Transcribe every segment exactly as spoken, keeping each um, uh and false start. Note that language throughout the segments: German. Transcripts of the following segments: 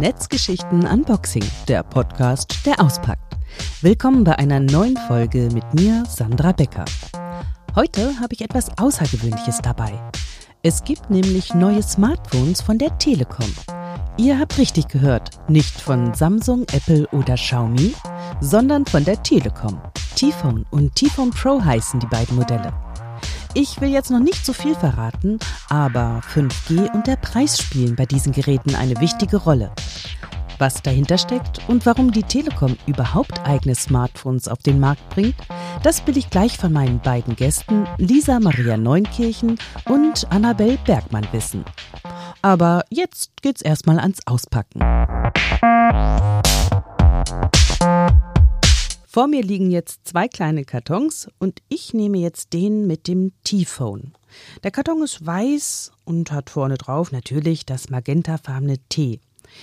Netzgeschichten Unboxing, der Podcast, der auspackt. Willkommen bei einer neuen Folge mit mir, Sandra Becker. Heute habe ich etwas Außergewöhnliches dabei. Es gibt nämlich neue Smartphones von der Telekom. Ihr habt richtig gehört, nicht von Samsung, Apple oder Xiaomi, sondern von der Telekom. T-Phone und T-Phone Pro heißen die beiden Modelle. Ich will jetzt noch nicht so viel verraten, aber fünf G und der Preis spielen bei diesen Geräten eine wichtige Rolle. Was dahinter steckt und warum die Telekom überhaupt eigene Smartphones auf den Markt bringt, das will ich gleich von meinen beiden Gästen Lisa Maria Neunkirchen und Annabel Bergmann wissen. Aber jetzt geht's erstmal ans Auspacken. Vor mir liegen jetzt zwei kleine Kartons und ich nehme jetzt den mit dem T-Phone. Der Karton ist weiß und hat vorne drauf natürlich das magentafarbene T.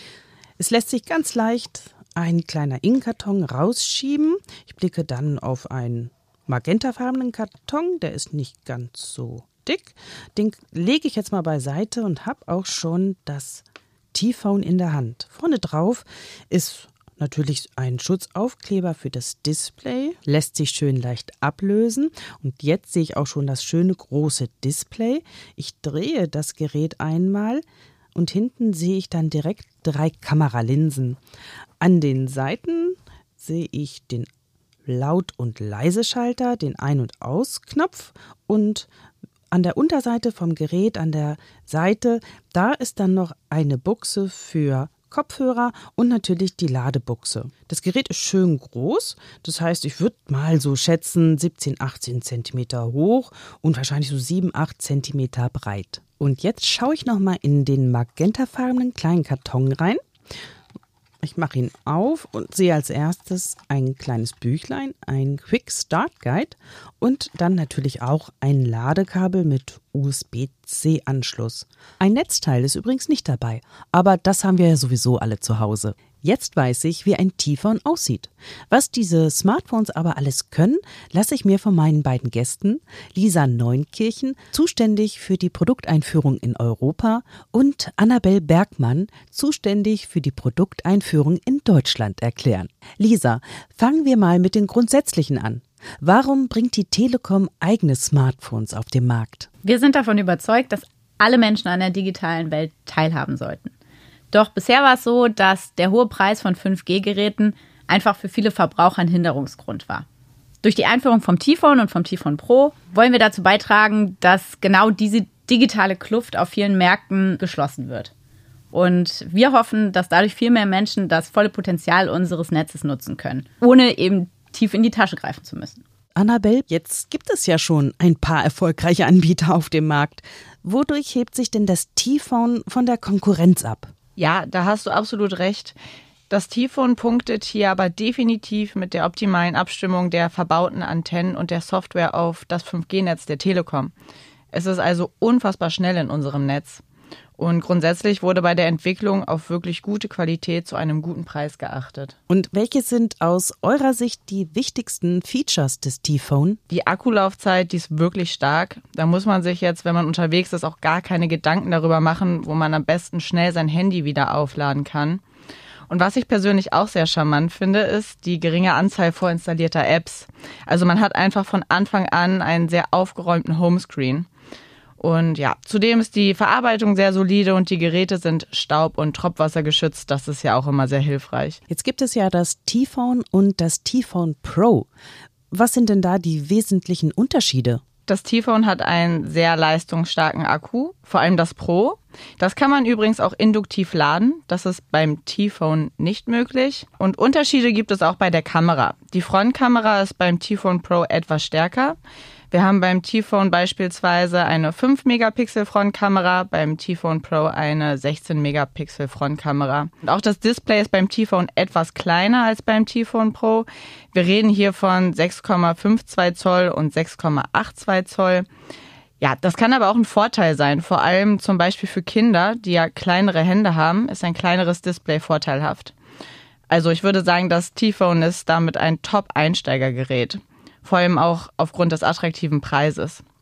Es lässt sich ganz leicht ein kleiner Innenkarton rausschieben. Ich blicke dann auf einen magentafarbenen Karton, der ist nicht ganz so dick. Den lege ich jetzt mal beiseite und habe auch schon das T-Phone in der Hand. Vorne drauf ist natürlich ein Schutzaufkleber für das Display, lässt sich schön leicht ablösen. Und jetzt sehe ich auch schon das schöne große Display. Ich drehe das Gerät einmal und hinten sehe ich dann direkt drei Kameralinsen. An den Seiten sehe ich den Laut- und Leiseschalter, den Ein- und Ausknopf und an der Unterseite vom Gerät, an der Seite, da ist dann noch eine Buchse für Kopfhörer und natürlich die Ladebuchse. Das Gerät ist schön groß, das heißt, ich würde mal so schätzen siebzehn, achtzehn Zentimeter hoch und wahrscheinlich so sieben, acht Zentimeter breit. Und jetzt schaue ich nochmal in den magentafarbenen kleinen Karton rein. Ich mache ihn auf und sehe als erstes ein kleines Büchlein, ein Quick Start Guide und dann natürlich auch ein Ladekabel mit U S B C Anschluss. Ein Netzteil ist übrigens nicht dabei, aber das haben wir ja sowieso alle zu Hause. Jetzt weiß ich, wie ein T-Phone aussieht. Was diese Smartphones aber alles können, lasse ich mir von meinen beiden Gästen, Lisa Neunkirchen, zuständig für die Produkteinführung in Europa, und Annabel Bergmann, zuständig für die Produkteinführung in Deutschland, erklären. Lisa, fangen wir mal mit den Grundsätzlichen an. Warum bringt die Telekom eigene Smartphones auf den Markt? Wir sind davon überzeugt, dass alle Menschen an der digitalen Welt teilhaben sollten. Doch bisher war es so, dass der hohe Preis von fünf G Geräten einfach für viele Verbraucher ein Hinderungsgrund war. Durch die Einführung vom T-Phone und vom T-Phone Pro wollen wir dazu beitragen, dass genau diese digitale Kluft auf vielen Märkten geschlossen wird. Und wir hoffen, dass dadurch viel mehr Menschen das volle Potenzial unseres Netzes nutzen können, ohne eben tief in die Tasche greifen zu müssen. Annabel, jetzt gibt es ja schon ein paar erfolgreiche Anbieter auf dem Markt. Wodurch hebt sich denn das T-Phone von der Konkurrenz ab? Ja, da hast du absolut recht. Das T-Phone punktet hier aber definitiv mit der optimalen Abstimmung der verbauten Antennen und der Software auf das fünf G Netz der Telekom. Es ist also unfassbar schnell in unserem Netz. Und grundsätzlich wurde bei der Entwicklung auf wirklich gute Qualität zu einem guten Preis geachtet. Und welche sind aus eurer Sicht die wichtigsten Features des T-Phone? Die Akkulaufzeit, die ist wirklich stark. Da muss man sich jetzt, wenn man unterwegs ist, auch gar keine Gedanken darüber machen, wo man am besten schnell sein Handy wieder aufladen kann. Und was ich persönlich auch sehr charmant finde, ist die geringe Anzahl vorinstallierter Apps. Also man hat einfach von Anfang an einen sehr aufgeräumten Homescreen. Und ja, zudem ist die Verarbeitung sehr solide und die Geräte sind staub- und tropfwassergeschützt. Das ist ja auch immer sehr hilfreich. Jetzt gibt es ja das T-Phone und das T-Phone Pro. Was sind denn da die wesentlichen Unterschiede? Das T-Phone hat einen sehr leistungsstarken Akku, vor allem das Pro. Das kann man übrigens auch induktiv laden. Das ist beim T-Phone nicht möglich. Und Unterschiede gibt es auch bei der Kamera. Die Frontkamera ist beim T-Phone Pro etwas stärker. Wir haben beim T-Phone beispielsweise eine fünf Megapixel Frontkamera, beim T-Phone Pro eine sechzehn Megapixel Frontkamera. Und auch das Display ist beim T-Phone etwas kleiner als beim T-Phone Pro. Wir reden hier von sechs Komma zweiundfünfzig Zoll und sechs Komma zweiundachtzig Zoll. Ja, das kann aber auch ein Vorteil sein, vor allem zum Beispiel für Kinder, die ja kleinere Hände haben, ist ein kleineres Display vorteilhaft. Also ich würde sagen, das T-Phone ist damit ein Top-Einsteigergerät. Vor allem auch aufgrund des attraktiven Preises.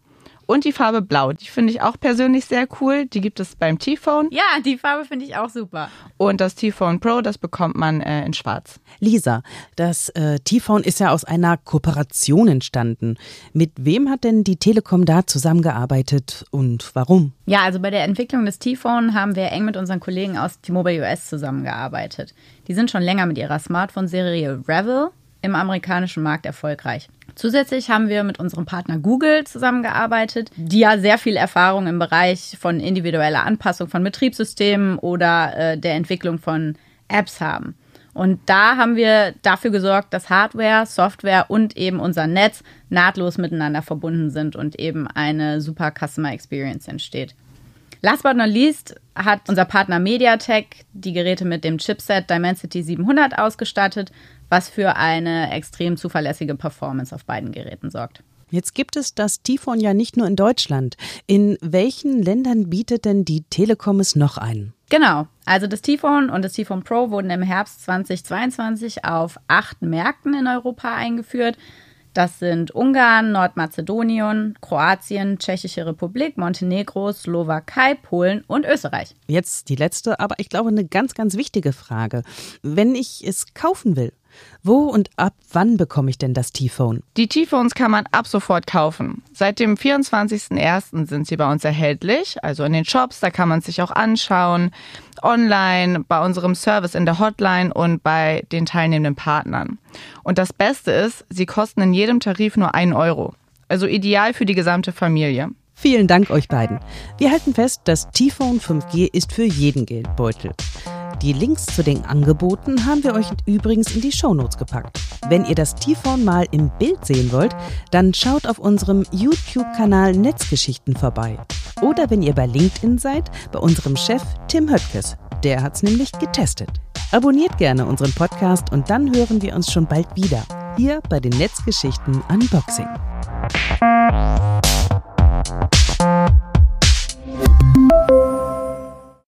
Und die Farbe Blau, die finde ich auch persönlich sehr cool. Die gibt es beim T-Phone. Ja, die Farbe finde ich auch super. Und das T-Phone Pro, das bekommt man äh, in schwarz. Lisa, das äh, T-Phone ist ja aus einer Kooperation entstanden. Mit wem hat denn die Telekom da zusammengearbeitet und warum? Ja, also bei der Entwicklung des T-Phone haben wir eng mit unseren Kollegen aus T-Mobile U S zusammengearbeitet. Die sind schon länger mit ihrer Smartphone-Serie Revel im amerikanischen Markt erfolgreich. Zusätzlich haben wir mit unserem Partner Google zusammengearbeitet, die ja sehr viel Erfahrung im Bereich von individueller Anpassung von Betriebssystemen oder äh, der Entwicklung von Apps haben. Und da haben wir dafür gesorgt, dass Hardware, Software und eben unser Netz nahtlos miteinander verbunden sind und eben eine super Customer Experience entsteht. Last but not least hat unser Partner MediaTek die Geräte mit dem Chipset Dimensity siebenhundert ausgestattet, was für eine extrem zuverlässige Performance auf beiden Geräten sorgt. Jetzt gibt es das T-Phone ja nicht nur in Deutschland. In welchen Ländern bietet denn die Telekom es noch an? Genau, also das T-Phone und das T-Phone Pro wurden im Herbst zweitausendzweiundzwanzig auf acht Märkten in Europa eingeführt. Das sind Ungarn, Nordmazedonien, Kroatien, Tschechische Republik, Montenegro, Slowakei, Polen und Österreich. Jetzt die letzte, aber ich glaube eine ganz, ganz wichtige Frage. Wenn ich es kaufen will, wo und ab wann bekomme ich denn das T-Phone? Die T-Phones kann man ab sofort kaufen. Seit dem vierundzwanzigsten ersten sind sie bei uns erhältlich, also in den Shops, da kann man es sich auch anschauen, online, bei unserem Service in der Hotline und bei den teilnehmenden Partnern. Und das Beste ist, sie kosten in jedem Tarif nur einen Euro. Also ideal für die gesamte Familie. Vielen Dank euch beiden. Wir halten fest, das T-Phone fünf G ist für jeden Geldbeutel. Die Links zu den Angeboten haben wir euch übrigens in die Shownotes gepackt. Wenn ihr das T-Phone mal im Bild sehen wollt, dann schaut auf unserem YouTube-Kanal Netzgeschichten vorbei. Oder wenn ihr bei LinkedIn seid, bei unserem Chef Tim Höttges. Der hat's nämlich getestet. Abonniert gerne unseren Podcast und dann hören wir uns schon bald wieder. Hier bei den Netzgeschichten Unboxing.